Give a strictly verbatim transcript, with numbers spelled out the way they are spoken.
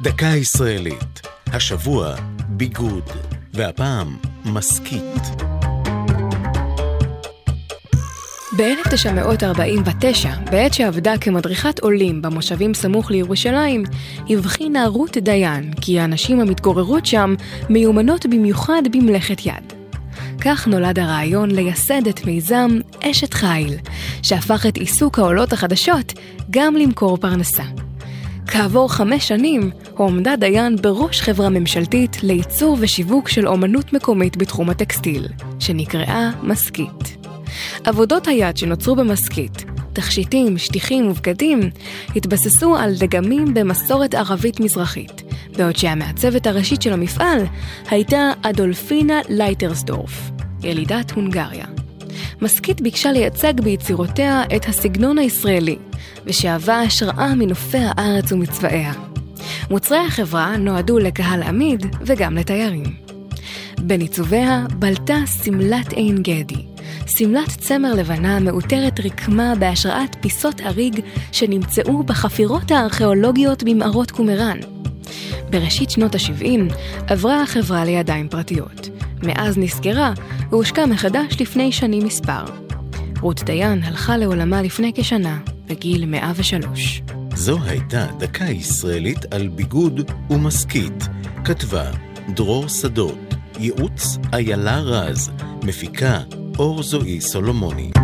דקה ישראלית, השבוע ביגוד, והפעם מסכית. ב-אלף תשע מאות ארבעים ותשע, בעת שעבדה כמדריכת עולים במושבים סמוך לירושלים, הבחינה רות דיין כי האנשים המתגוררות שם מיומנות במיוחד במלאכת יד. כך נולד הרעיון לייסד את מיזם אשת חיל, שהפך את עיסוק העולות החדשות גם למכור פרנסה. כעבור חמש שנים, הועמדה דיין בראש חברה ממשלתית לייצור ושיווק של אומנות מקומית בתחום הטקסטיל, שנקראה מסכית. עבודות היד שנוצרו במסכית, תכשיטים, שטיחים ובגדים, התבססו על דגמים במסורת ערבית מזרחית, בעוד שהמעצבת הראשית של המפעל הייתה אדולפינה לייטרסדורף, ילידת הונגריה. מסכית ביקשה לייצג ביצירותיה את הסגנון הישראלי, ושאבה השראה מנופי הארץ ומצבעיה. מוצרי החברה נועדו לקהל עמיד וגם לתיירים. בניצוביה בלטה סמלת עין גדי, סמלת צמר לבנה מאותרת רקמה בהשראת פיסות אריג שנמצאו בחפירות הארכיאולוגיות במערות קומראן. בראשית שנות ה-שבעים עברה החברה לידיים פרטיות. מאז נסגרה והושקע מחדש לפני שנים מספר. רות דיין הלכה לעולמה לפני כשנה, בגיל מאה ושלוש. זו הייתה דקה ישראלית על ביגוד ומסכית. כתבה דרור שדות, ייעוץ איילה רז, מפיקה אור זוהי סולומוני.